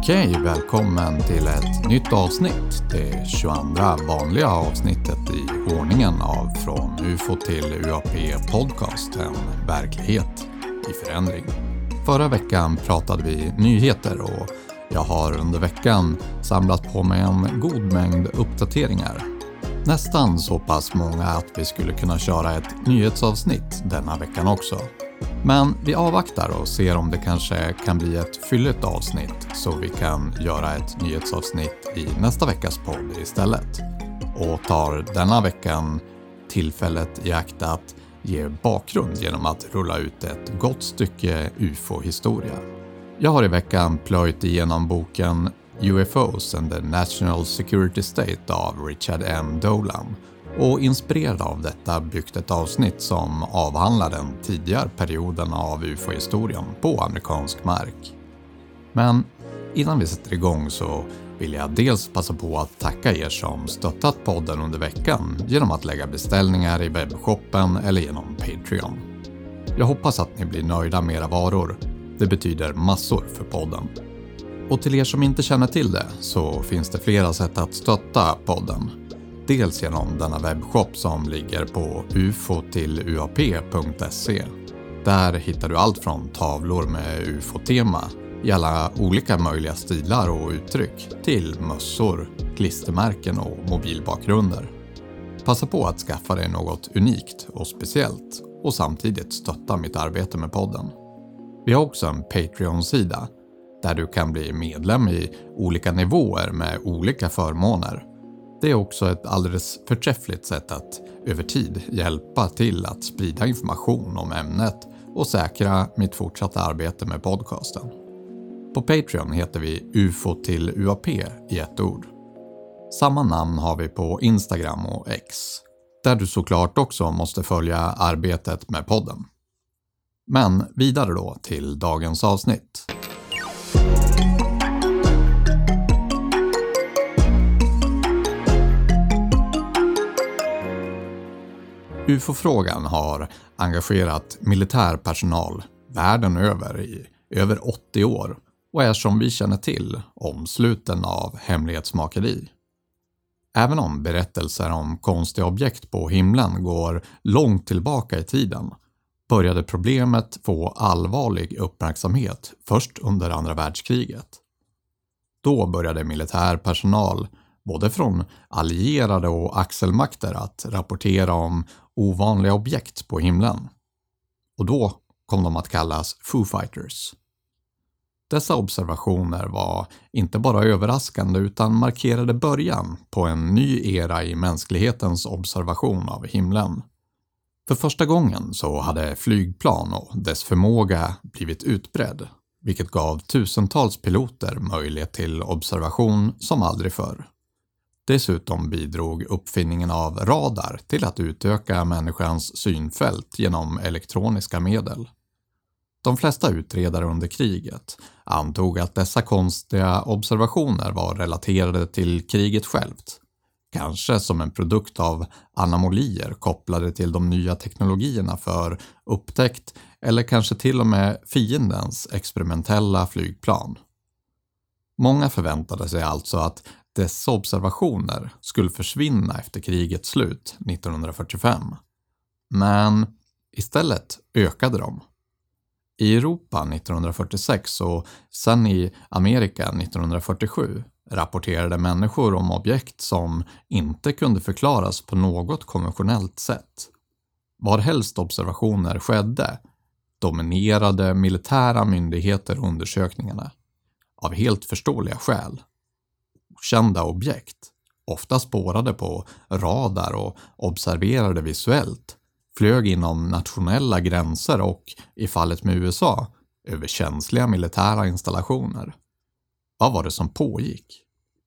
Okej, välkommen till ett nytt avsnitt. Det 22 vanliga avsnittet i ordningen av Från UFO till UAP podcast, en verklighet i förändring. Förra veckan pratade vi nyheter och jag har under veckan samlat på mig en god mängd uppdateringar. Nästan så pass många att vi skulle kunna köra ett nyhetsavsnitt denna veckan också. Men vi avvaktar och ser om det kanske kan bli ett fylligt avsnitt så vi kan göra ett nyhetsavsnitt i nästa veckas podd istället. Och tar denna veckan tillfället i akt att ge bakgrund genom att rulla ut ett gott stycke UFO-historia. Jag har i veckan plöjt igenom boken UFOs and the National Security State av Richard M. Dolan och inspirerad av detta byggt ett avsnitt som avhandlar den tidigare perioden av UFO-historien på amerikansk mark. Men innan vi sätter igång så vill jag dels passa på att tacka er som stöttat podden under veckan genom att lägga beställningar i webbshoppen eller genom Patreon. Jag hoppas att ni blir nöjda med era varor. Det betyder massor för podden. Och till er som inte känner till det så finns det flera sätt att stötta podden. Dels genom denna webbshop som ligger på ufo-till-uap.se. Där hittar du allt från tavlor med UFO-tema i alla olika möjliga stilar och uttryck till mössor, klistermärken och mobilbakgrunder. Passa på att skaffa dig något unikt och speciellt och samtidigt stötta mitt arbete med podden. Vi har också en Patreon-sida där du kan bli medlem i olika nivåer med olika förmåner. Det är också ett alldeles förträffligt sätt att över tid hjälpa till att sprida information om ämnet och säkra mitt fortsatta arbete med podcasten. På Patreon heter vi UFO till UAP i ett ord. Samma namn har vi på Instagram och X, där du såklart också måste följa arbetet med podden. Men vidare då till dagens avsnitt. UFO-frågan har engagerat militärpersonal världen över i över 80 år och är som vi känner till omsluten av hemlighetsmakeri. Även om berättelser om konstiga objekt på himlen går långt tillbaka i tiden började problemet få allvarlig uppmärksamhet först under andra världskriget. Då började militärpersonal både från allierade och axelmakter att rapportera om ovanliga objekt på himlen. Och då kom de att kallas Foo Fighters. Dessa observationer var inte bara överraskande utan markerade början på en ny era i mänsklighetens observation av himlen. För första gången så hade flygplan och dess förmåga blivit utbredd, vilket gav tusentals piloter möjlighet till observation som aldrig förr. Dessutom bidrog uppfinningen av radar till att utöka människans synfält genom elektroniska medel. De flesta utredare under kriget antog att dessa konstiga observationer var relaterade till kriget självt. Kanske som en produkt av anomalier kopplade till de nya teknologierna för upptäckt eller kanske till och med fiendens experimentella flygplan. Många förväntade sig alltså att dessa observationer skulle försvinna efter krigets slut 1945. Men istället ökade de. I Europa 1946 och sen i Amerika 1947 rapporterade människor om objekt som inte kunde förklaras på något konventionellt sätt. Varhelst observationer skedde dominerade militära myndigheter undersökningarna av helt förståeliga skäl. Okända objekt, ofta spårade på radar och observerade visuellt, flög inom nationella gränser och, i fallet med USA, över känsliga militära installationer. Vad var det som pågick?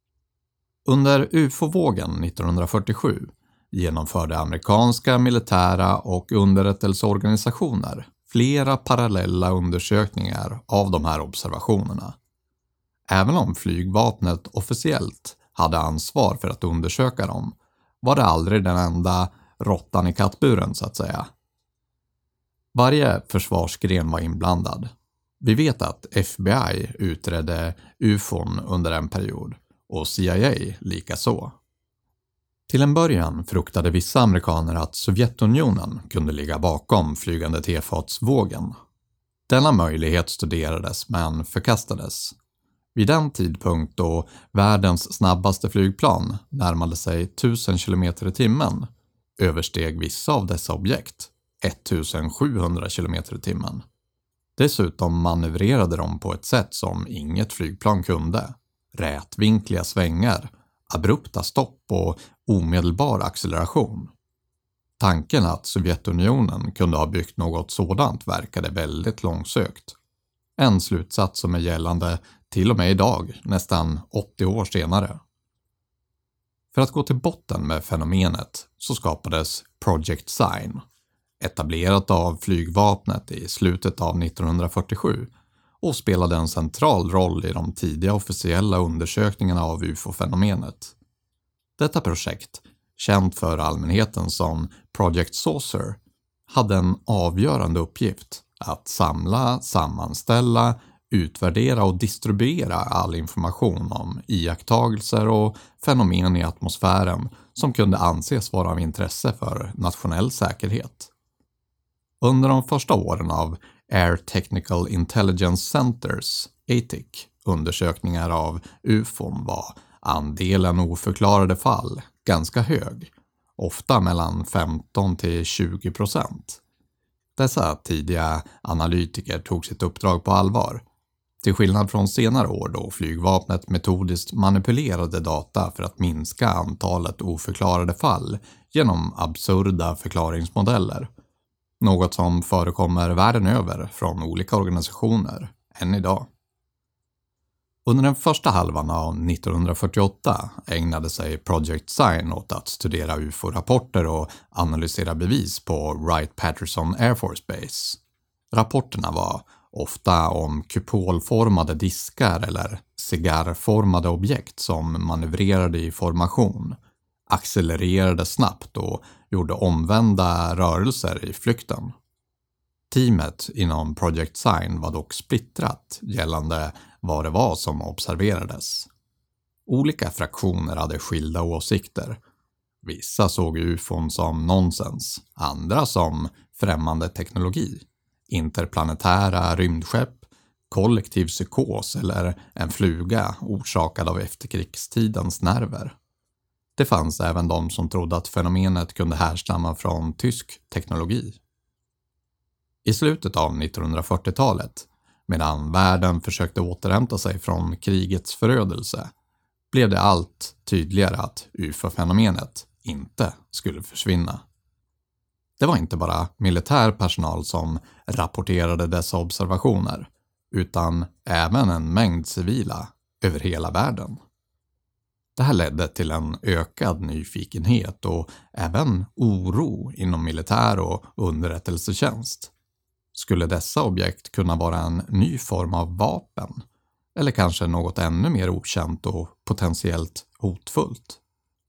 Under UFO-vågen 1947 genomförde amerikanska militära och underrättelseorganisationer flera parallella undersökningar av de här observationerna. Även om flygvapnet officiellt hade ansvar för att undersöka dem var det aldrig den enda råttan i kattburen så att säga. Varje försvarsgren var inblandad. Vi vet att FBI utredde UFOn under en period och CIA likaså. Till en början fruktade vissa amerikaner att Sovjetunionen kunde ligga bakom flygande tefatsvågen. Denna möjlighet studerades men förkastades. Vid den tidpunkt då världens snabbaste flygplan närmade sig 1000 km i timmen översteg vissa av dessa objekt 1700 km i timmen. Dessutom manövrerade de på ett sätt som inget flygplan kunde. Rätvinkliga svängar, abrupta stopp och omedelbar acceleration. Tanken att Sovjetunionen kunde ha byggt något sådant verkade väldigt långsökt. En slutsats som är gällande till och med idag, nästan 80 år senare. För att gå till botten med fenomenet så skapades Project Sign, etablerat av flygvapnet i slutet av 1947 och spelade en central roll i de tidiga officiella undersökningarna av UFO-fenomenet. Detta projekt, känt för allmänheten som Project Saucer, hade en avgörande uppgift att samla, sammanställa, utvärdera och distribuera all information om iakttagelser och fenomen i atmosfären som kunde anses vara av intresse för nationell säkerhet. Under de första åren av Air Technical Intelligence Centers, ATIC, undersökningar av UFOn var andelen oförklarade fall ganska hög, ofta mellan 15-20%. Dessa tidiga analytiker tog sitt uppdrag på allvar, till skillnad från senare år då flygvapnet metodiskt manipulerade data för att minska antalet oförklarade fall genom absurda förklaringsmodeller. Något som förekommer världen över från olika organisationer än idag. Under den första halvan av 1948 ägnade sig Project Sign åt att studera UFO-rapporter och analysera bevis på Wright-Patterson Air Force Base. Rapporterna var ofta om kupolformade diskar eller cigarrformade objekt som manövrerade i formation, accelererade snabbt och gjorde omvända rörelser i flykten. Teamet inom Project Sign var dock splittrat gällande vad det var som observerades. Olika fraktioner hade skilda åsikter. Vissa såg UFOn som nonsens, andra som främmande teknologi, interplanetära rymdskepp, kollektiv psykos eller en fluga orsakad av efterkrigstidens nerver. Det fanns även de som trodde att fenomenet kunde härstamma från tysk teknologi. I slutet av 1940-talet, medan världen försökte återhämta sig från krigets förödelse, blev det allt tydligare att UFO-fenomenet inte skulle försvinna. Det var inte bara militär personal som rapporterade dessa observationer, utan även en mängd civila över hela världen. Det här ledde till en ökad nyfikenhet och även oro inom militär och underrättelsetjänst. Skulle dessa objekt kunna vara en ny form av vapen? Eller kanske något ännu mer okänt och potentiellt hotfullt?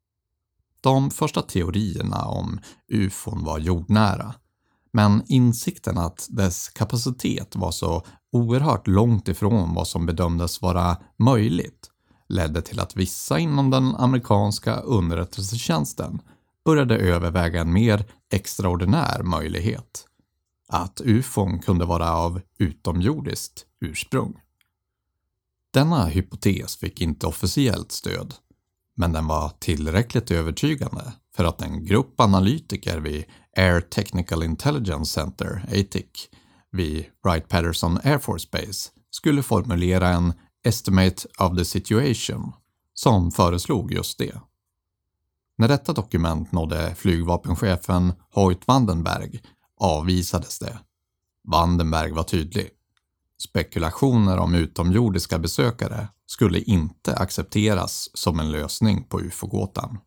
De första teorierna om UFOn var jordnära, men insikten att dess kapacitet var så oerhört långt ifrån vad som bedömdes vara möjligt ledde till att vissa inom den amerikanska underrättelsetjänsten började överväga en mer extraordinär möjlighet. Att UFOn kunde vara av utomjordiskt ursprung. Denna hypotes fick inte officiellt stöd, men den var tillräckligt övertygande för att en grupp analytiker vid Air Technical Intelligence Center, ATIC, vid Wright-Patterson Air Force Base skulle formulera en Estimate of the Situation som föreslog just det. När detta dokument nådde flygvapenchefen Hoyt Vandenberg avvisades det. Vandenberg var tydlig. Spekulationer om utomjordiska besökare skulle inte accepteras som en lösning på UFO-gåtan.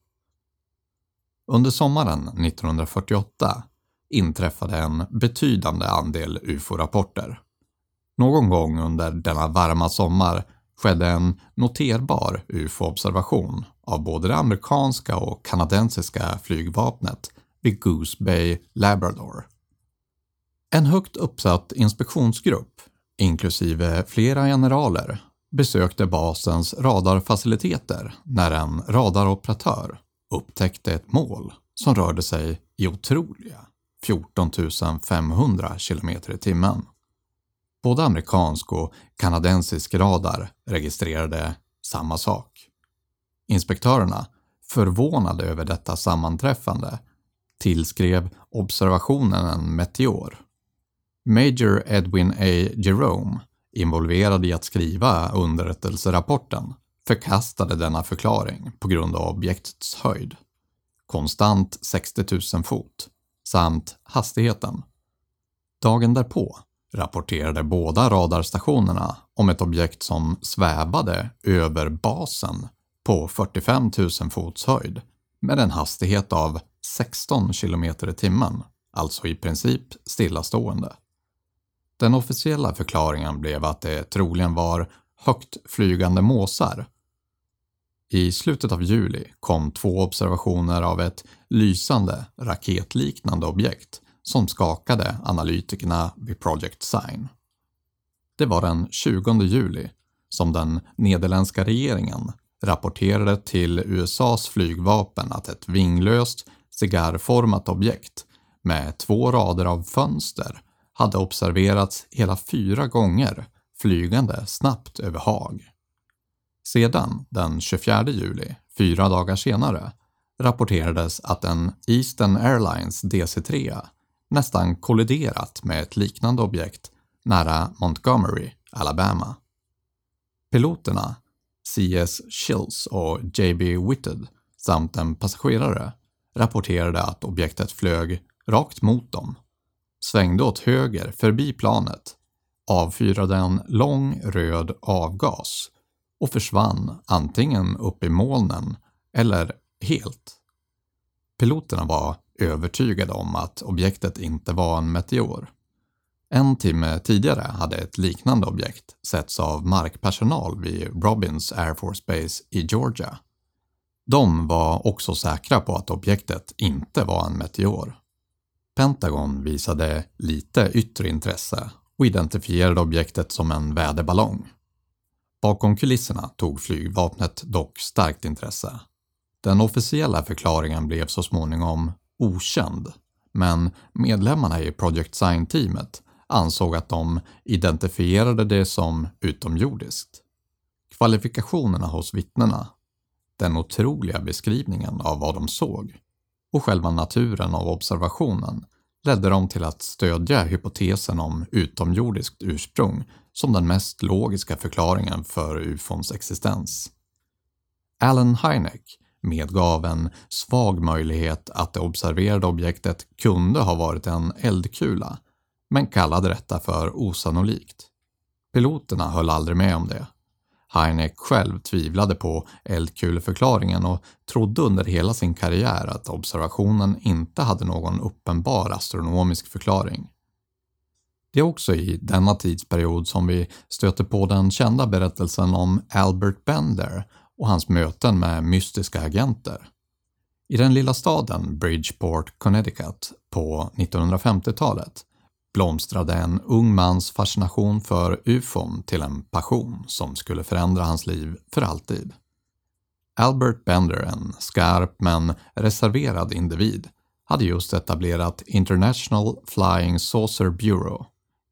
Under sommaren 1948 inträffade en betydande andel UFO-rapporter. Någon gång under denna varma sommar skedde en noterbar UFO-observation av både det amerikanska och kanadensiska flygvapnet vid Goose Bay, Labrador. En högt uppsatt inspektionsgrupp, inklusive flera generaler, besökte basens radarfaciliteter när en radaroperatör upptäckte ett mål som rörde sig i otroliga 14 500 km i timmen. Både amerikansk och kanadensisk radar registrerade samma sak. Inspektörerna, förvånade över detta sammanträffande, tillskrev observationen en meteor. Major Edwin A. Jerome, involverad i att skriva underrättelserapporten, förkastade denna förklaring på grund av objektets höjd, konstant 60 000 fot, samt hastigheten. Dagen därpå rapporterade båda radarstationerna om ett objekt som svävade över basen på 45 000 fots höjd med en hastighet av 16 km i timmen, alltså i princip stillastående. Den officiella förklaringen blev att det troligen var högt flygande måsar. I slutet av juli kom 2 observationer av ett lysande raketliknande objekt som skakade analytikerna vid Project Sign. Det var den 20 juli som den nederländska regeringen rapporterade till USAs flygvapen att ett vinglöst, cigarrformat objekt med 2 rader av fönster hade observerats hela 4 gånger flygande snabbt över Haag. Sedan, den 24 juli, 4 dagar senare, rapporterades att en Eastern Airlines DC-3 nästan kolliderat med ett liknande objekt nära Montgomery, Alabama. Piloterna, C.S. Schills och J.B. Whitted samt en passagerare rapporterade att objektet flög rakt mot dem, svängde åt höger förbi planet, avfyrade en lång röd avgas och försvann antingen upp i molnen eller helt. Piloterna var övertygade om att objektet inte var en meteor. En timme tidigare hade ett liknande objekt setts av markpersonal vid Robbins Air Force Base i Georgia. De var också säkra på att objektet inte var en meteor. Pentagon visade lite yttre intresse och identifierade objektet som en väderballong. Bakom kulisserna tog flygvapnet dock starkt intresse. Den officiella förklaringen blev så småningom okänd, men medlemmarna i Project Sign-teamet ansåg att de identifierade det som utomjordiskt. Kvalifikationerna hos vittnena, den otroliga beskrivningen av vad de såg och själva naturen av observationen ledde dem till att stödja hypotesen om utomjordiskt ursprung som den mest logiska förklaringen för UFOns existens. Allen Hynek medgav en svag möjlighet att det observerade objektet kunde ha varit en eldkula, men kallade detta för osannolikt. Piloterna höll aldrig med om det. Hynek själv tvivlade på eldkuleförklaringen och trodde under hela sin karriär att observationen inte hade någon uppenbar astronomisk förklaring. Det är också i denna tidsperiod som vi stöter på den kända berättelsen om Albert Bender och hans möten med mystiska agenter. I den lilla staden Bridgeport, Connecticut på 1950-talet blomstrade en ung mans fascination för UFOn till en passion som skulle förändra hans liv för alltid. Albert Bender, en skarp men reserverad individ, hade just etablerat International Flying Saucer Bureau,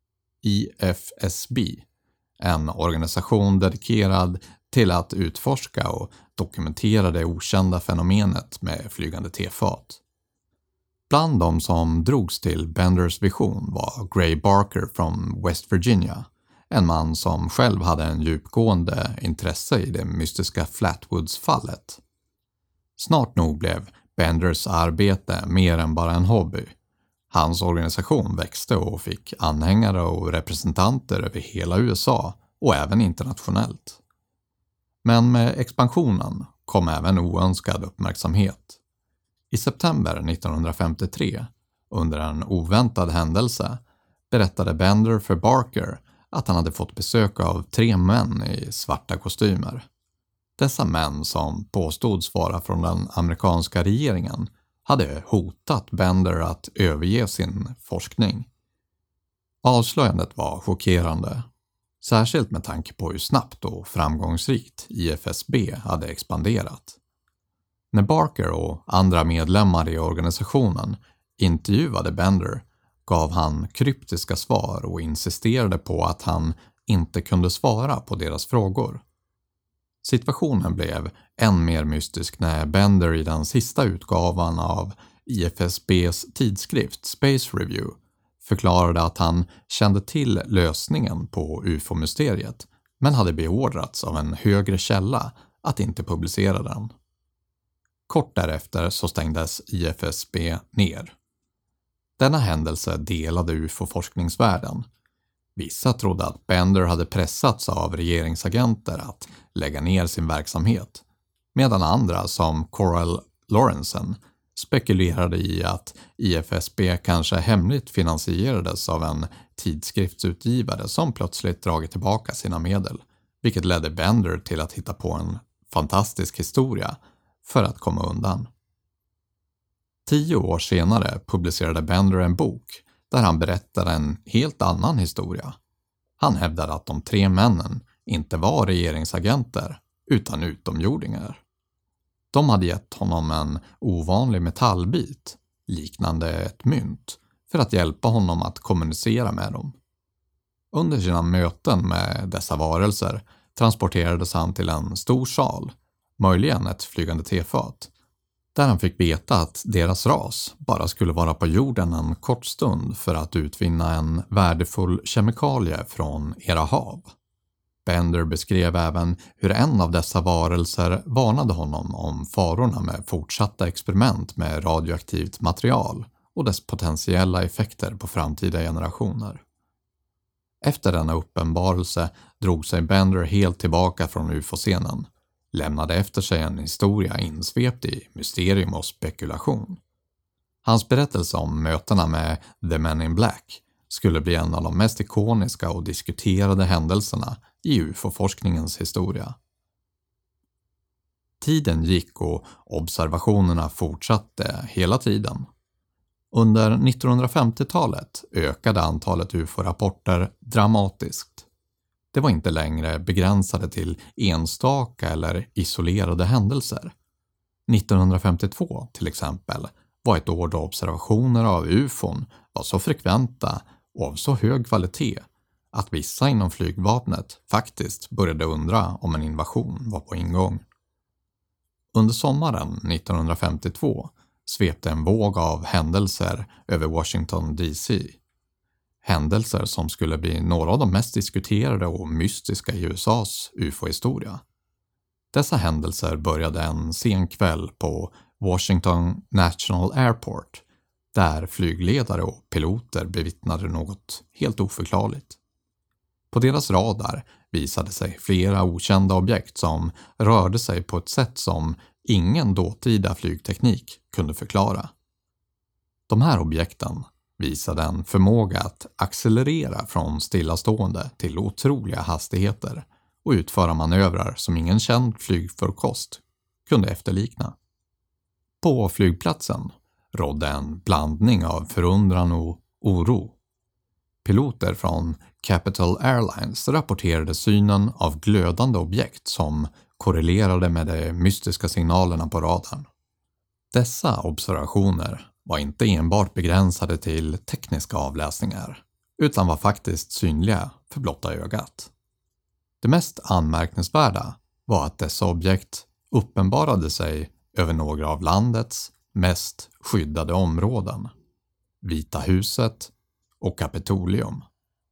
IFSB, en organisation dedikerad till att utforska och dokumentera det okända fenomenet med flygande tefat. Bland de som drogs till Benders vision var Gray Barker från West Virginia, en man som själv hade en djupgående intresse i det mystiska Flatwoods-fallet. Snart nog blev Benders arbete mer än bara en hobby. Hans organisation växte och fick anhängare och representanter över hela USA och även internationellt. Men med expansionen kom även oönskad uppmärksamhet. I september 1953, under en oväntad händelse, berättade Bender för Barker att han hade fått besök av 3 män i svarta kostymer. Dessa män, som påstods vara från den amerikanska regeringen, hade hotat Bender att överge sin forskning. Avslöjandet var chockerande särskilt med tanke på hur snabbt och framgångsrikt IFSB hade expanderat. När Barker och andra medlemmar i organisationen intervjuade Bender gav han kryptiska svar och insisterade på att han inte kunde svara på deras frågor. Situationen blev än mer mystisk när Bender i den sista utgåvan av IFSBs tidskrift Space Review förklarade att han kände till lösningen på UFO-mysteriet men hade beordrats av en högre källa att inte publicera den. Kort därefter så stängdes IFSB ner. Denna händelse delade UFO-forskningsvärlden. Vissa trodde att Bender hade pressats av regeringsagenter att lägga ner sin verksamhet, medan andra som Coral Lorenzen spekulerade i att IFSB kanske hemligt finansierades av en tidskriftsutgivare som plötsligt dragit tillbaka sina medel, vilket ledde Bender till att hitta på en fantastisk historia för att komma undan. 10 år senare publicerade Bender en bok där han berättade en helt annan historia. Han hävdade att de 3 männen inte var regeringsagenter utan utomjordingar. De hade gett honom en ovanlig metallbit, liknande ett mynt, för att hjälpa honom att kommunicera med dem. Under sina möten med dessa varelser transporterades han till en stor sal, möjligen ett flygande tefat, där han fick veta att deras ras bara skulle vara på jorden en kort stund för att utvinna en värdefull kemikalie från era hav. Bender beskrev även hur en av dessa varelser varnade honom om farorna med fortsatta experiment med radioaktivt material och dess potentiella effekter på framtida generationer. Efter denna uppenbarelse drog sig Bender helt tillbaka från UFO-scenen, lämnade efter sig en historia insvept i mysterium och spekulation. Hans berättelse om mötena med The Men in Black skulle bli en av de mest ikoniska och diskuterade händelserna i UFO-forskningens historia. Tiden gick och observationerna fortsatte hela tiden. Under 1950-talet ökade antalet UFO-rapporter dramatiskt. Det var inte längre begränsade till enstaka eller isolerade händelser. 1952 till exempel var ett år då observationer av UFOn var så frekventa och av så hög kvalitet att vissa inom flygvapnet faktiskt började undra om en invasion var på ingång. Under sommaren 1952 svepte en våg av händelser över Washington DC. Händelser som skulle bli några av de mest diskuterade och mystiska i USAs UFO-historia. Dessa händelser började en sen kväll på Washington National Airport, där flygledare och piloter bevittnade något helt oförklarligt. På deras radar visade sig flera okända objekt som rörde sig på ett sätt som ingen dåtida flygteknik kunde förklara. De här objekten visade en förmåga att accelerera från stillastående till otroliga hastigheter och utföra manövrar som ingen känd flygfarkost kunde efterlikna. På flygplatsen rådde en blandning av förundran och oro. Piloter från Capital Airlines rapporterade synen av glödande objekt som korrelerade med de mystiska signalerna på radarn. Dessa observationer var inte enbart begränsade till tekniska avläsningar, utan var faktiskt synliga för blotta ögat. Det mest anmärkningsvärda var att dessa objekt uppenbarade sig över några av landets mest skyddade områden, Vita huset och Kapitolium.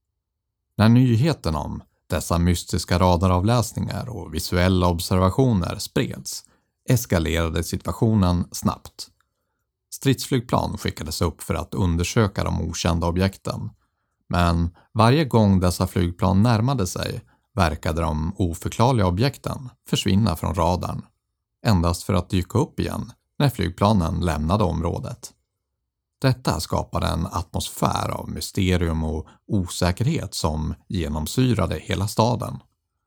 När nyheten om dessa mystiska radaravläsningar och visuella observationer spreds eskalerade situationen snabbt. Stridsflygplan skickades upp för att undersöka de okända objekten, men varje gång dessa flygplan närmade sig verkade de oförklarliga objekten försvinna från radarn, endast för att dyka upp igen när flygplanen lämnade området. Detta skapade en atmosfär av mysterium och osäkerhet som genomsyrade hela staden.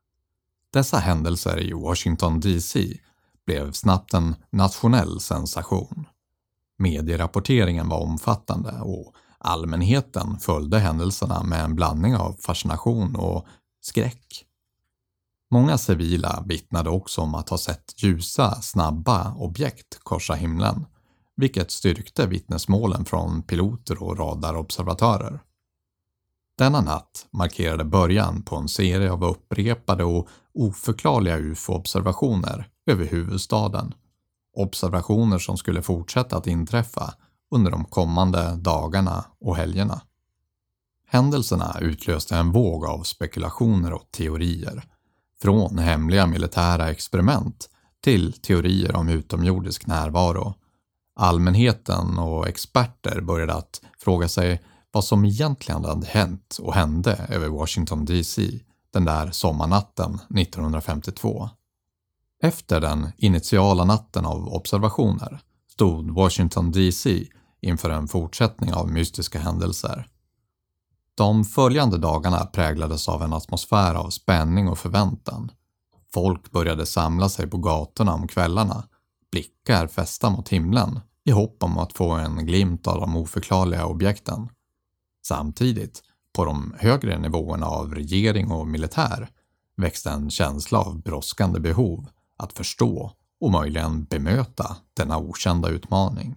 Dessa händelser i Washington DC blev snabbt en nationell sensation. Medierapporteringen var omfattande och allmänheten följde händelserna med en blandning av fascination och skräck. Många civila vittnade också om att ha sett ljusa, snabba objekt korsa himlen, vilket styrkte vittnesmålen från piloter och radarobservatörer. Denna natt markerade början på en serie av upprepade och oförklarliga UFO-observationer över huvudstaden. Observationer som skulle fortsätta att inträffa under de kommande dagarna och helgerna. Händelserna utlöste en våg av spekulationer och teorier, från hemliga militära experiment till teorier om utomjordisk närvaro. Allmänheten och experter började att fråga sig vad som egentligen hade hänt och hände över Washington DC den där sommarnatten 1952. Efter den initiala natten av observationer stod Washington DC inför en fortsättning av mystiska händelser. De följande dagarna präglades av en atmosfär av spänning och förväntan. Folk började samla sig på gatorna om kvällarna, blickar fästa mot himlen i hopp om att få en glimt av de oförklarliga objekten. Samtidigt, på de högre nivåerna av regering och militär, växte en känsla av brådskande behov att förstå och möjligen bemöta denna okända utmaning.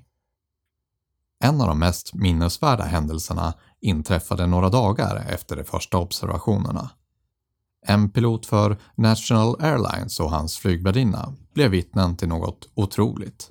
En av de mest minnesvärda händelserna inträffade några dagar efter de första observationerna. En pilot för National Airlines och hans flygvärdinna blev vittnen till något otroligt.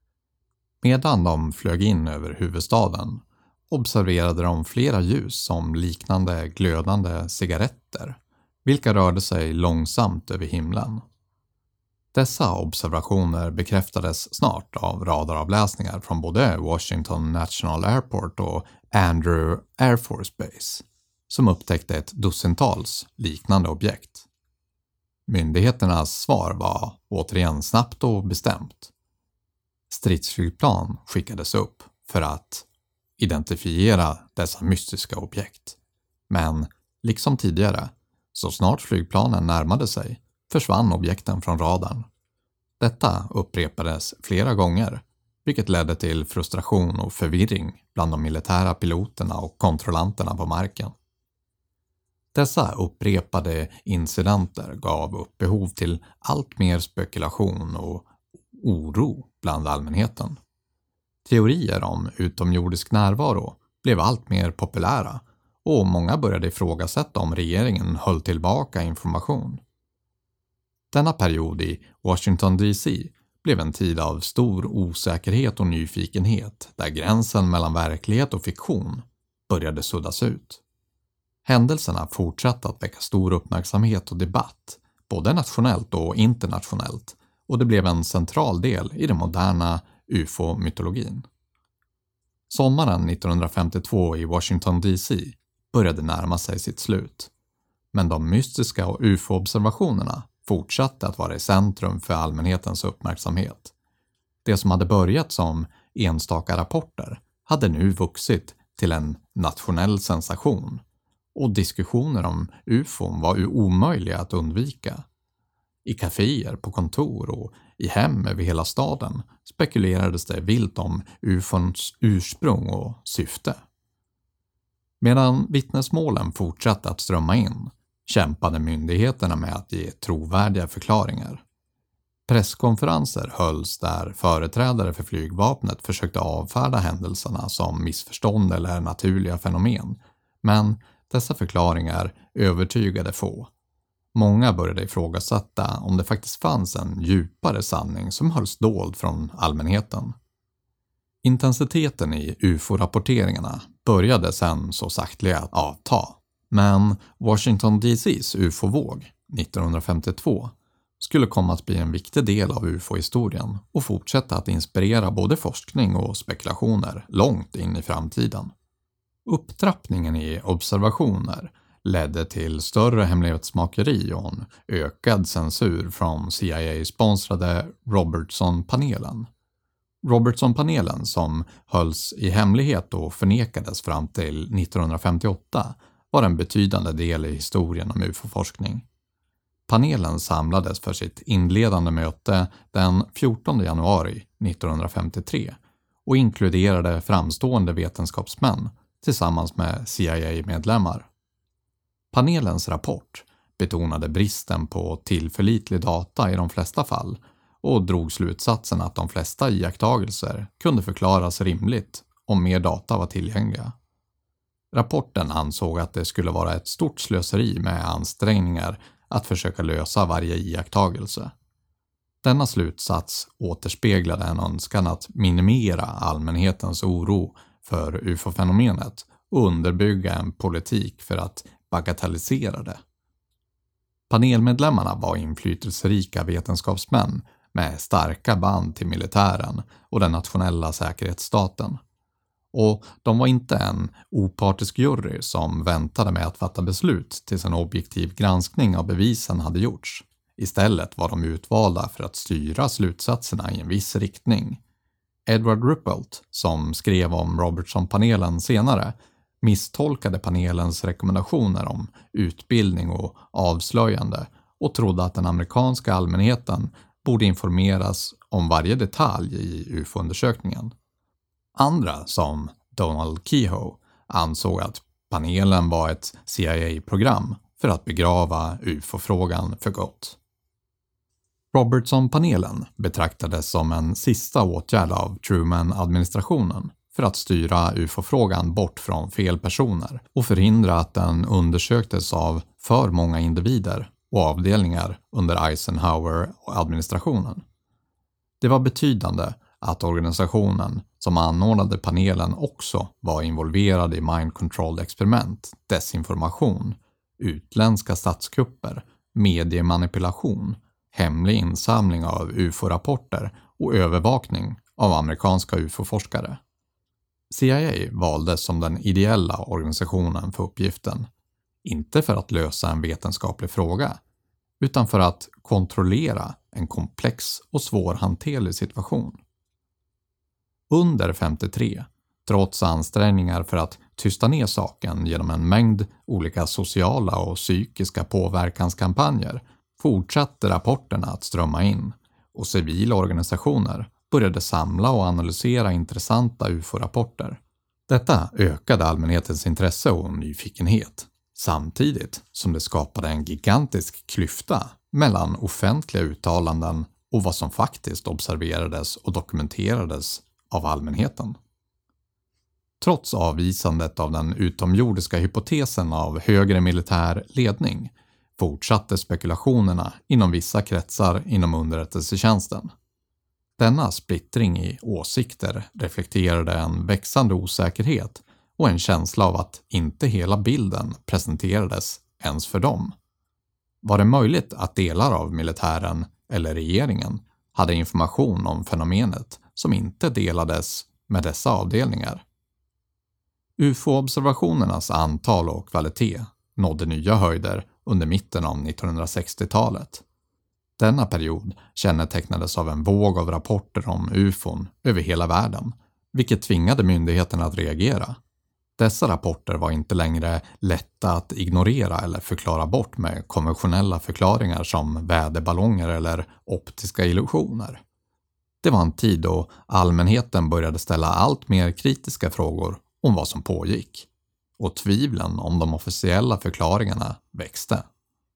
Medan de flög in över huvudstaden observerade de flera ljus som liknande glödande cigaretter, vilka rörde sig långsamt över himlen. Dessa observationer bekräftades snart av radaravläsningar från både Washington National Airport och Andrews Air Force Base, som upptäckte ett dussintals liknande objekt. Myndigheternas svar var återigen snabbt och bestämt. Stridsflygplan skickades upp för att identifiera dessa mystiska objekt. Men, liksom tidigare, så snart flygplanen närmade sig försvann objekten från radarn. Detta upprepades flera gånger, vilket ledde till frustration och förvirring bland de militära piloterna och kontrollanterna på marken. Dessa upprepade incidenter gav upphov till allt mer spekulation och oro bland allmänheten. Teorier om utomjordisk närvaro blev allt mer populära och många började ifrågasätta om regeringen höll tillbaka information. Denna period i Washington DC blev en tid av stor osäkerhet och nyfikenhet där gränsen mellan verklighet och fiktion började suddas ut. Händelserna fortsatte att väcka stor uppmärksamhet och debatt, både nationellt och internationellt, och det blev en central del i den moderna UFO-mytologin. Sommaren 1952 i Washington DC började närma sig sitt slut, men de mystiska och UFO-observationerna fortsatte att vara i centrum för allmänhetens uppmärksamhet. Det som hade börjat som enstaka rapporter hade nu vuxit till en nationell sensation, och diskussioner om UFO var ju omöjliga att undvika. I kaféer, på kontor och i hem över hela staden spekulerades det vilt om UFOns ursprung och syfte. Medan vittnesmålen fortsatte att strömma in kämpade myndigheterna med att ge trovärdiga förklaringar. Presskonferenser hölls där företrädare för flygvapnet försökte avfärda händelserna som missförstånd eller naturliga fenomen, men dessa förklaringar övertygade få. Många började ifrågasätta om det faktiskt fanns en djupare sanning som hölls dold från allmänheten. Intensiteten i UFO-rapporteringarna började sedan så sakteliga att avta, men Washington DC:s UFO-våg 1952 skulle komma att bli en viktig del av UFO-historien och fortsätta att inspirera både forskning och spekulationer långt in i framtiden. Upptrappningen i observationer ledde till större hemlighetsmakeri och en ökad censur från CIA-sponsrade Robertson-panelen. Robertson-panelen, som hölls i hemlighet och förnekades fram till 1958, var en betydande del i historien om UFO-forskning. Panelen samlades för sitt inledande möte den 14 januari 1953 och inkluderade framstående vetenskapsmän tillsammans med CIA-medlemmar. Panelens rapport betonade bristen på tillförlitlig data i de flesta fall och drog slutsatsen att de flesta iakttagelser kunde förklaras rimligt om mer data var tillgängliga. Rapporten ansåg att det skulle vara ett stort slöseri med ansträngningar att försöka lösa varje iakttagelse. Denna slutsats återspeglade en önskan att minimera allmänhetens oro för UFO-fenomenet och underbygga en politik för att bagatellisera det. Panelmedlemmarna var inflytelserika vetenskapsmän med starka band till militären och den nationella säkerhetsstaten. Och de var inte en opartisk jury som väntade med att fatta beslut tills en objektiv granskning av bevisen hade gjorts. Istället var de utvalda för att styra slutsatserna i en viss riktning. Edward Ruppelt, som skrev om Robertson-panelen senare, misstolkade panelens rekommendationer om utbildning och avslöjande och trodde att den amerikanska allmänheten borde informeras om varje detalj i UFO-undersökningen. Andra, som Donald Keyhoe, ansåg att panelen var ett CIA-program för att begrava UFO-frågan för gott. Robertson-panelen betraktades som en sista åtgärd av Truman-administrationen för att styra UFO-frågan bort från fel personer och förhindra att den undersöktes av för många individer och avdelningar under Eisenhower-administrationen. Det var betydande att organisationen som anordnade panelen också var involverad i mind control-experiment, desinformation, utländska statskupper, mediemanipulation, hemlig insamling av UFO-rapporter och övervakning av amerikanska UFO-forskare. CIA valdes som den ideella organisationen för uppgiften, inte för att lösa en vetenskaplig fråga, utan för att kontrollera en komplex och svårhanterlig situation. Under 53, trots ansträngningar för att tysta ner saken genom en mängd olika sociala och psykiska påverkanskampanjer, fortsatte rapporterna att strömma in och civila organisationer började samla och analysera intressanta UFO-rapporter. Detta ökade allmänhetens intresse och nyfikenhet, samtidigt som det skapade en gigantisk klyfta mellan offentliga uttalanden och vad som faktiskt observerades och dokumenterades av allmänheten. Trots avvisandet av den utomjordiska hypotesen av högre militär ledning fortsatte spekulationerna inom vissa kretsar inom underrättelsetjänsten. Denna splittring i åsikter reflekterade en växande osäkerhet och en känsla av att inte hela bilden presenterades ens för dem. Var det möjligt att delar av militären eller regeringen hade information om fenomenet som inte delades med dessa avdelningar? UFO-observationernas antal och kvalitet nådde nya höjder under mitten av 1960-talet. Denna period kännetecknades av en våg av rapporter om UFOn över hela världen, vilket tvingade myndigheterna att reagera. Dessa rapporter var inte längre lätta att ignorera eller förklara bort med konventionella förklaringar som väderballonger eller optiska illusioner. Det var en tid då allmänheten började ställa allt mer kritiska frågor om vad som pågick, och tvivlen om de officiella förklaringarna växte.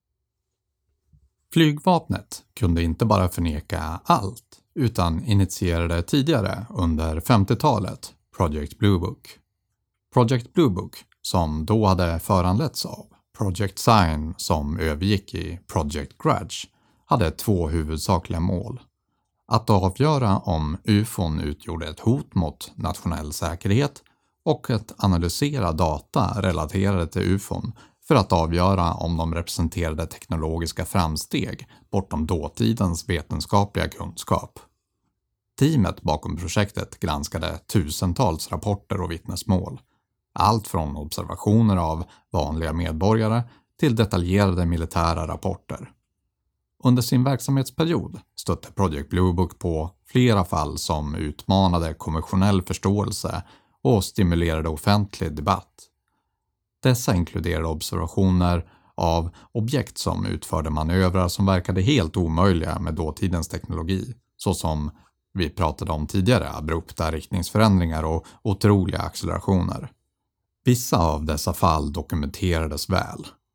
Flygvapnet kunde inte bara förneka allt, utan initierade tidigare under 50-talet Project Blue Book. Project Blue Book, som då hade föranletts av Project Sign som övergick i Project Grudge, hade två huvudsakliga mål. Att avgöra om UFOn utgjorde ett hot mot nationell säkerhet och att analysera data relaterade till UFOn för att avgöra om de representerade teknologiska framsteg bortom dåtidens vetenskapliga kunskap. Teamet bakom projektet granskade tusentals rapporter och vittnesmål, allt från observationer av vanliga medborgare till detaljerade militära rapporter. Under sin verksamhetsperiod stötte Project Blue Book på flera fall som utmanade konventionell förståelse och stimulerade offentlig debatt. Dessa inkluderade observationer av objekt som utförde manövrar som verkade helt omöjliga med dåtidens teknologi, såsom vi pratade om tidigare, abrupta riktningsförändringar och otroliga accelerationer. Vissa av dessa fall dokumenterades väl,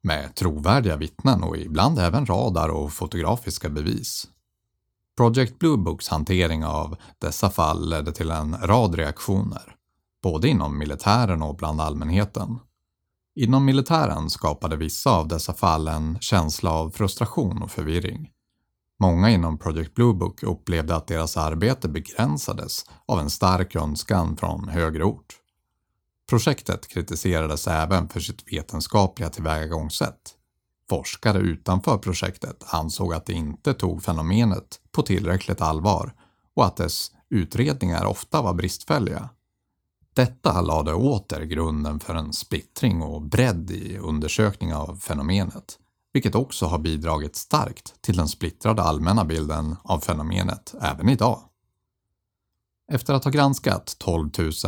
med trovärdiga vittnen och ibland även radar och fotografiska bevis. Project Blue Books hantering av dessa fall ledde till en rad reaktioner, både inom militären och bland allmänheten. Inom militären skapade vissa av dessa fall en känsla av frustration och förvirring. Många inom Project Blue Book upplevde att deras arbete begränsades av en stark önskan från högre ort. Projektet kritiserades även för sitt vetenskapliga tillvägagångssätt. Forskare utanför projektet ansåg att det inte tog fenomenet på tillräckligt allvar och att dess utredningar ofta var bristfälliga. Detta lade åter grunden för en splittring och bredd i undersökning av fenomenet, vilket också har bidragit starkt till den splittrade allmänna bilden av fenomenet även idag. Efter att ha granskat 12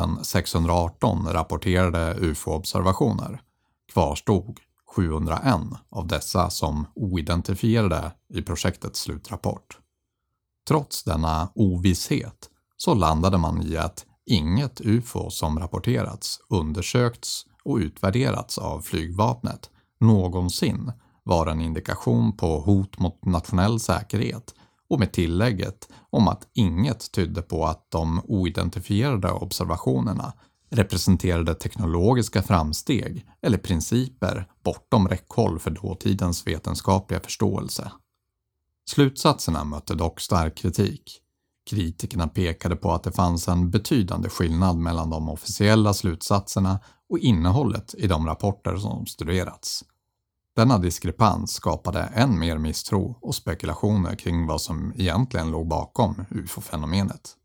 618 rapporterade UFO-observationer kvarstod 701 av dessa som oidentifierade i projektets slutrapport. Trots denna ovisshet så landade man i att inget UFO som rapporterats, undersökts och utvärderats av flygvapnet någonsin var en indikation på hot mot nationell säkerhet, och med tillägget om att inget tydde på att de oidentifierade observationerna representerade teknologiska framsteg eller principer bortom räckhåll för dåtidens vetenskapliga förståelse. Slutsatserna mötte dock stark kritik. Kritikerna pekade på att det fanns en betydande skillnad mellan de officiella slutsatserna och innehållet i de rapporter som studerats. Denna diskrepans skapade än mer misstro och spekulationer kring vad som egentligen låg bakom UFO-fenomenet.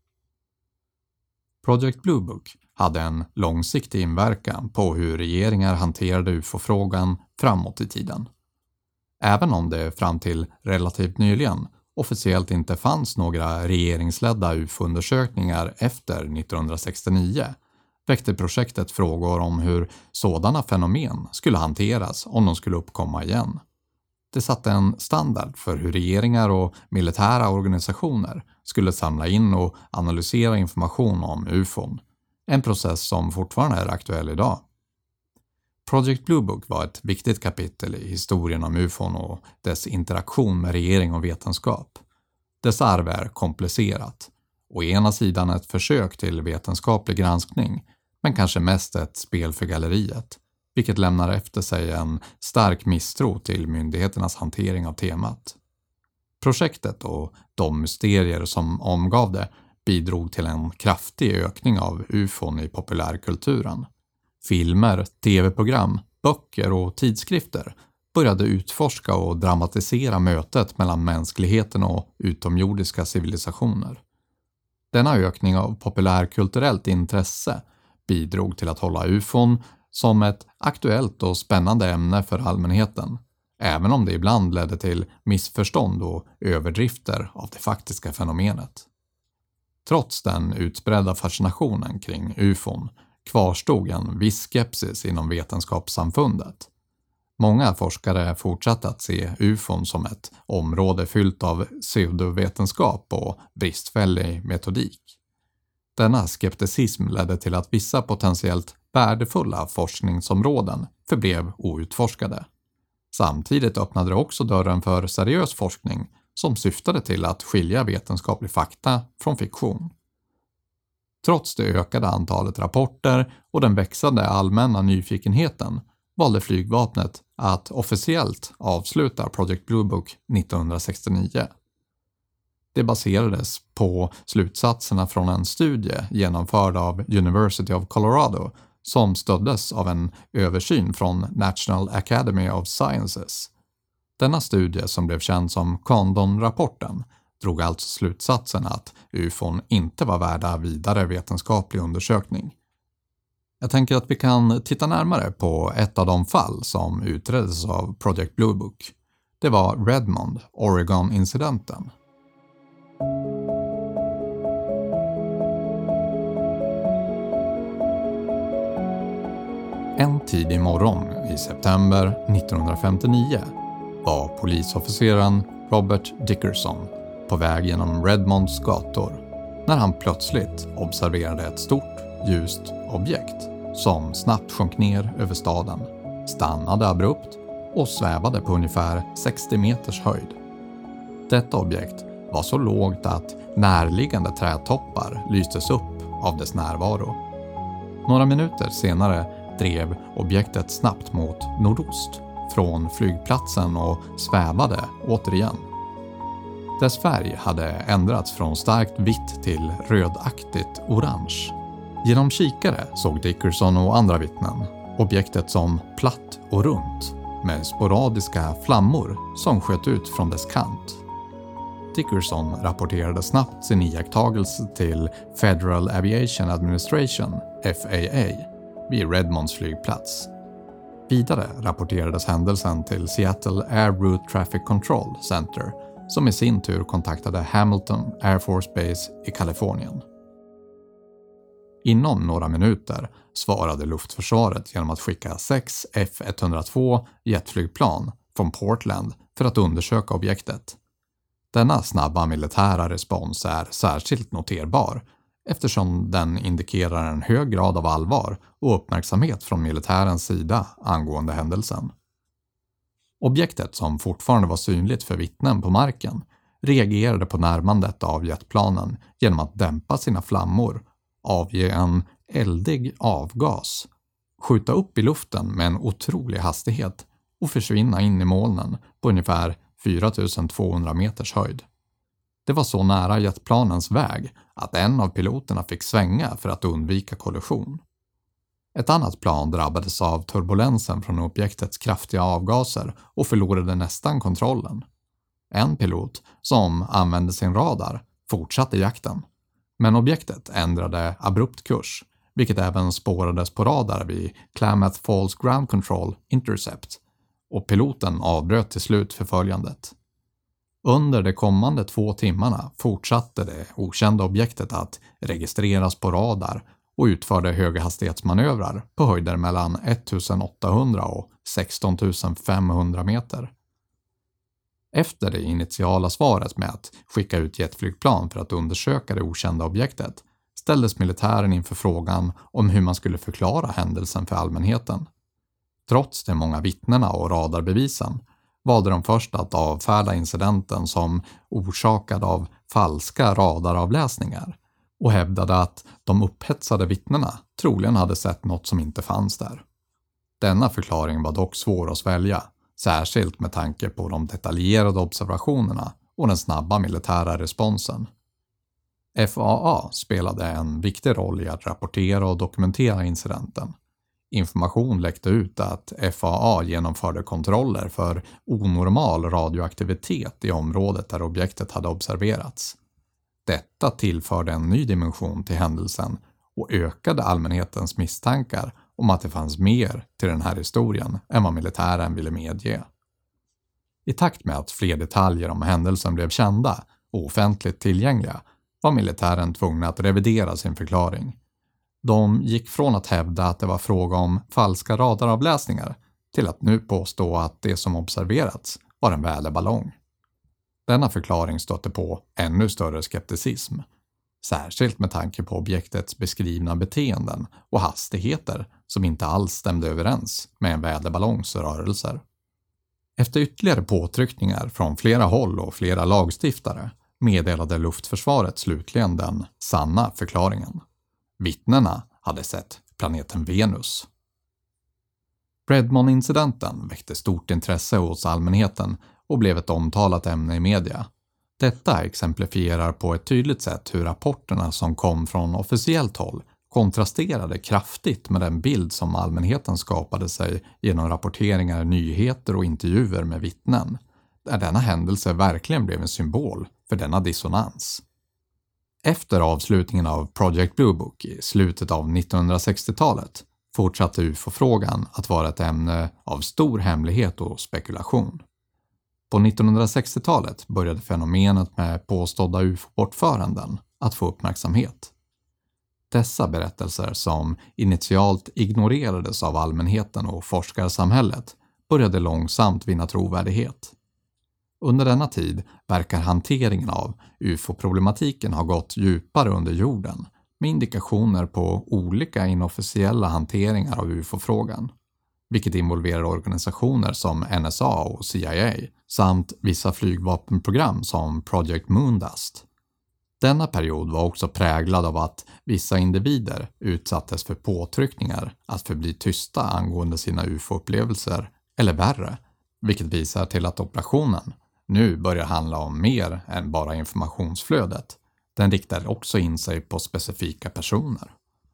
Project Blue Book hade en långsiktig inverkan på hur regeringar hanterade UFO-frågan framåt i tiden. Även om det fram till relativt nyligen officiellt inte fanns några regeringsledda UFO-undersökningar efter 1969 väckte projektet frågor om hur sådana fenomen skulle hanteras om de skulle uppkomma igen. Det satte en standard för hur regeringar och militära organisationer skulle samla in och analysera information om UFOn, en process som fortfarande är aktuell idag. Project Blue Book var ett viktigt kapitel i historien om UFOn och dess interaktion med regering och vetenskap. Dess arv är komplicerat. Å ena sidan ett försök till vetenskaplig granskning, men kanske mest ett spel för galleriet, vilket lämnar efter sig en stark misstro till myndigheternas hantering av temat. Projektet och de mysterier som omgav det bidrog till en kraftig ökning av UFOn i populärkulturen. Filmer, tv-program, böcker och tidskrifter började utforska och dramatisera mötet mellan mänskligheten och utomjordiska civilisationer. Denna ökning av populärkulturellt intresse bidrog till att hålla UFOn som ett aktuellt och spännande ämne för allmänheten, även om det ibland ledde till missförstånd och överdrifter av det faktiska fenomenet. Trots den utbredda fascinationen kring UFOn kvarstod en viss skepsis inom vetenskapssamfundet. Många forskare fortsatte att se UFOn som ett område fyllt av pseudovetenskap och bristfällig metodik. Denna skepticism ledde till att vissa potentiellt värdefulla forskningsområden förblev outforskade. Samtidigt öppnade det också dörren för seriös forskning som syftade till att skilja vetenskaplig fakta från fiktion. Trots det ökade antalet rapporter och den växande allmänna nyfikenheten valde flygvapnet att officiellt avsluta Project Blue Book 1969. Det baserades på slutsatserna från en studie genomförd av University of Colorado som stöddes av en översyn från National Academy of Sciences. Denna studie, som blev känd som Condon-rapporten, drog alltså slutsatsen att UFOn inte var värda vidare vetenskaplig undersökning. Jag tänker att vi kan titta närmare på ett av de fall som utreddes av Project Blue Book. Det var Redmond, Oregon-incidenten. En tidig morgon i september 1959 var polisofficeren Robert Dickerson på väg genom Redmonds gator när han plötsligt observerade ett stort, ljust objekt som snabbt sjönk ner över staden, stannade abrupt och svävade på ungefär 60 meters höjd. Detta objekt var så lågt att närliggande trädtoppar lystes upp av dess närvaro. Några minuter senare drev objektet snabbt mot nordost från flygplatsen och svävade återigen. Dess färg hade ändrats från starkt vitt till rödaktigt orange. Genom kikare såg Dickerson och andra vittnen objektet som platt och runt med sporadiska flammor som sköt ut från dess kant. Dickerson rapporterade snabbt sin iakttagelse till Federal Aviation Administration, FAA, vid Redmonds flygplats. Vidare rapporterades händelsen till Seattle Air Route Traffic Control Center, som i sin tur kontaktade Hamilton Air Force Base i Kalifornien. Inom några minuter svarade luftförsvaret genom att skicka 6 F-102 jetflygplan från Portland för att undersöka objektet. Denna snabba militära respons är särskilt noterbar eftersom den indikerar en hög grad av allvar och uppmärksamhet från militärens sida angående händelsen. Objektet, som fortfarande var synligt för vittnen på marken, reagerade på närmandet av jetplanen genom att dämpa sina flammor, avge en eldig avgas, skjuta upp i luften med en otrolig hastighet och försvinna in i molnen på ungefär 4200 meters höjd. Det var så nära jetplanens väg att en av piloterna fick svänga för att undvika kollision. Ett annat plan drabbades av turbulensen från objektets kraftiga avgaser och förlorade nästan kontrollen. En pilot, som använde sin radar, fortsatte jakten. Men objektet ändrade abrupt kurs, vilket även spårades på radar vid Klamath Falls Ground Control Intercept, och piloten avbröt till slut förföljandet. Under de kommande 2 timmarna fortsatte det okända objektet att registreras på radar och utförde höghastighetsmanövrar på höjder mellan 1800 och 16 500 meter. Efter det initiala svaret med att skicka ut jetflygplan för att undersöka det okända objektet ställdes militären inför frågan om hur man skulle förklara händelsen för allmänheten. Trots de många vittnena och radarbevisen valde de först att avfärda incidenten som orsakad av falska radaravläsningar och hävdade att de upphetsade vittnena troligen hade sett något som inte fanns där. Denna förklaring var dock svår att svälja, särskilt med tanke på de detaljerade observationerna och den snabba militära responsen. FAA spelade en viktig roll i att rapportera och dokumentera incidenten. Information läckte ut att FAA genomförde kontroller för onormal radioaktivitet i området där objektet hade observerats. Detta tillförde en ny dimension till händelsen och ökade allmänhetens misstankar om att det fanns mer till den här historien än vad militären ville medge. I takt med att fler detaljer om händelsen blev kända och offentligt tillgängliga var militären tvungna att revidera sin förklaring. De gick från att hävda att det var fråga om falska radaravläsningar till att nu påstå att det som observerats var en väderballong. Denna förklaring stötte på ännu större skepticism, särskilt med tanke på objektets beskrivna beteenden och hastigheter som inte alls stämde överens med en väderballongs rörelser. Efter ytterligare påtryckningar från flera håll och flera lagstiftare meddelade luftförsvaret slutligen den sanna förklaringen. Vittnena hade sett planeten Venus. Redmond-incidenten väckte stort intresse hos allmänheten och blev ett omtalat ämne i media. Detta exemplifierar på ett tydligt sätt hur rapporterna som kom från officiellt håll kontrasterade kraftigt med den bild som allmänheten skapade sig genom rapporteringar, nyheter och intervjuer med vittnen, där denna händelse verkligen blev en symbol för denna dissonans. Efter avslutningen av Project Blue Book i slutet av 1960-talet fortsatte UFO-frågan att vara ett ämne av stor hemlighet och spekulation. På 1960-talet började fenomenet med påstådda UFO-bortföranden att få uppmärksamhet. Dessa berättelser, som initialt ignorerades av allmänheten och forskarsamhället, började långsamt vinna trovärdighet. Under denna tid verkar hanteringen av UFO-problematiken ha gått djupare under jorden, med indikationer på olika inofficiella hanteringar av UFO-frågan. vilket involverar organisationer som NSA och CIA samt vissa flygvapenprogram som Project Moondust. Denna period var också präglad av att vissa individer utsattes för påtryckningar att förbli tysta angående sina UFO-upplevelser eller värre, vilket visar till att operationen nu börjar handla om mer än bara informationsflödet. Den riktar också in sig på specifika personer.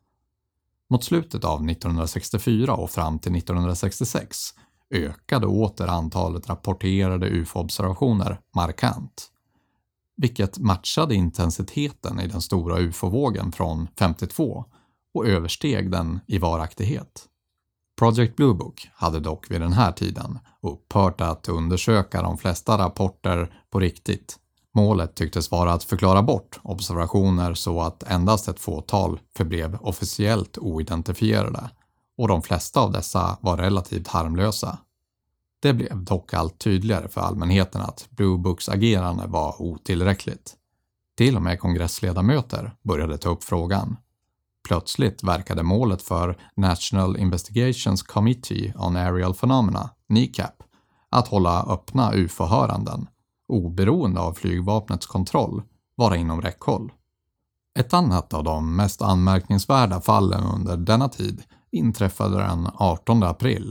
Mot slutet av 1964 och fram till 1966 ökade åter antalet rapporterade UFO-observationer markant, vilket matchade intensiteten i den stora UFO-vågen från 52 och översteg den i varaktighet. Project Blue Book hade dock vid den här tiden upphört att undersöka de flesta rapporter på riktigt. Målet tycktes vara att förklara bort observationer så att endast ett fåtal förblev officiellt oidentifierade, och de flesta av dessa var relativt harmlösa. Det blev dock allt tydligare för allmänheten att Blue Books agerande var otillräckligt. Till och med kongressledamöter började ta upp frågan. Plötsligt verkade målet för National Investigations Committee on Aerial Phenomena, NICAP, att hålla öppna UFO-höranden, oberoende av flygvapnets kontroll, vara inom räckhåll. Ett annat av de mest anmärkningsvärda fallen under denna tid inträffade den 18 april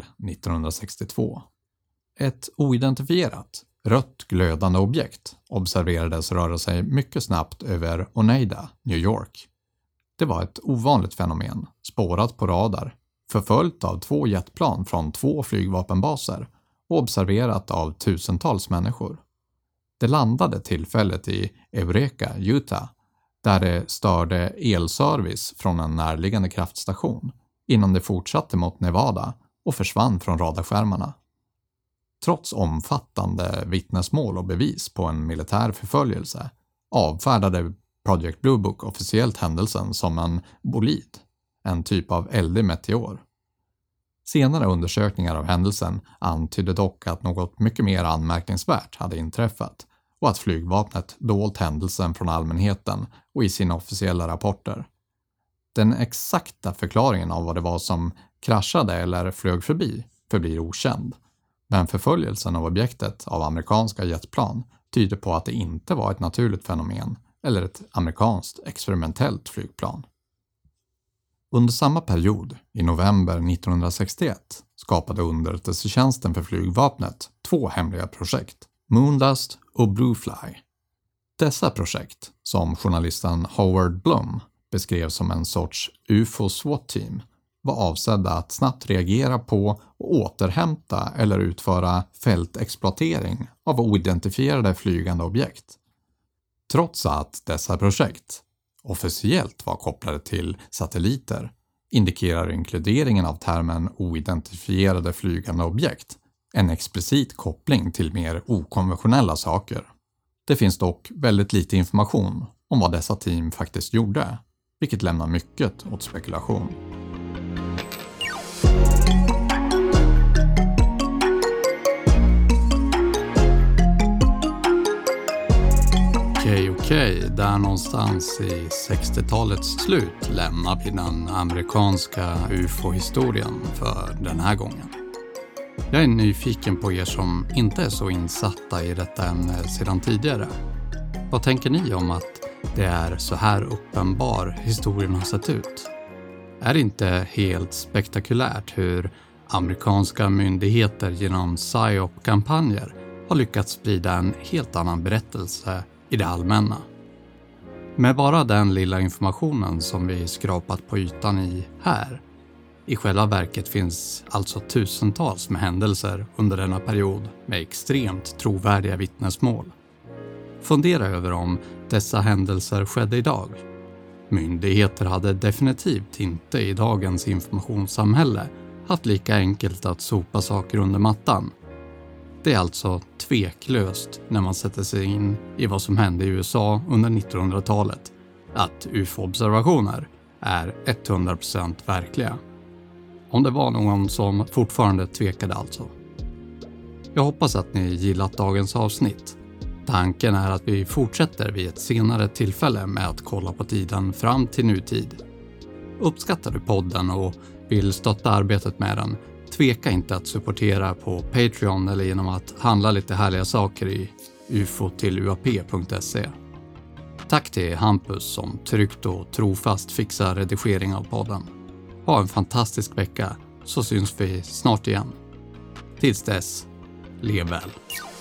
1962. Ett oidentifierat, rött glödande objekt observerades röra sig mycket snabbt över Oneida, New York. Det var ett ovanligt fenomen, spårat på radar, förföljt av 2 jetplan från 2 flygvapenbaser och observerat av tusentals människor. Det landade tillfället i Eureka, Utah, där det störde elservice från en närliggande kraftstation innan det fortsatte mot Nevada och försvann från radarskärmarna. Trots omfattande vittnesmål och bevis på en militär förföljelse avfärdade Project Blue Book officiellt händelsen som en bolid, en typ av eldig meteor. Senare undersökningar av händelsen antydde dock att något mycket mer anmärkningsvärt hade inträffat och att flygvapnet dolt händelsen från allmänheten och i sina officiella rapporter. Den exakta förklaringen av vad det var som kraschade eller flög förbi förblir okänd, men förföljelsen av objektet av amerikanska jetplan tyder på att det inte var ett naturligt fenomen eller ett amerikanskt experimentellt flygplan. Under samma period, i november 1961, skapade underrättelsetjänsten för flygvapnet 2 hemliga projekt, Moondust och Bluefly. Dessa projekt, som journalisten Howard Blum beskrev som en sorts UFO-SWAT-team, var avsedda att snabbt reagera på och återhämta eller utföra fältexploatering av oidentifierade flygande objekt. Trots att dessa projekt officiellt var kopplade till satelliter indikerar inkluderingen av termen oidentifierade flygande objekt en explicit koppling till mer okonventionella saker. Det finns dock väldigt lite information om vad dessa team faktiskt gjorde, vilket lämnar mycket åt spekulation. Okej, där någonstans i 60-talets slut lämnar vi den amerikanska UFO-historien för den här gången. Jag är nyfiken på er som inte är så insatta i detta ämne sedan tidigare. Vad tänker ni om att det är så här uppenbar historien har sett ut? Är det inte helt spektakulärt hur amerikanska myndigheter genom PSYOP-kampanjer har lyckats sprida en helt annan berättelse i det allmänna? Med bara den lilla informationen som vi skrapat på ytan i här, i själva verket finns alltså tusentals med händelser under denna period med extremt trovärdiga vittnesmål. Fundera över om dessa händelser skedde idag. Myndigheter hade definitivt inte i dagens informationssamhälle haft lika enkelt att sopa saker under mattan. Det är alltså tveklöst när man sätter sig in i vad som hände i USA under 1900-talet att UFO-observationer är 100% verkliga. Om det var någon som fortfarande tvekade alltså. Jag hoppas att ni gillat dagens avsnitt. Tanken är att vi fortsätter vid ett senare tillfälle med att kolla på tiden fram till nutid. Uppskattar du podden och vill stötta arbetet med den, tveka inte att supportera på Patreon eller genom att handla lite härliga saker i ufo-till-uap.se. Tack till Hampus som tryggt och trofast fixar redigering av podden. Ha en fantastisk vecka så syns vi snart igen. Tills dess, lev väl!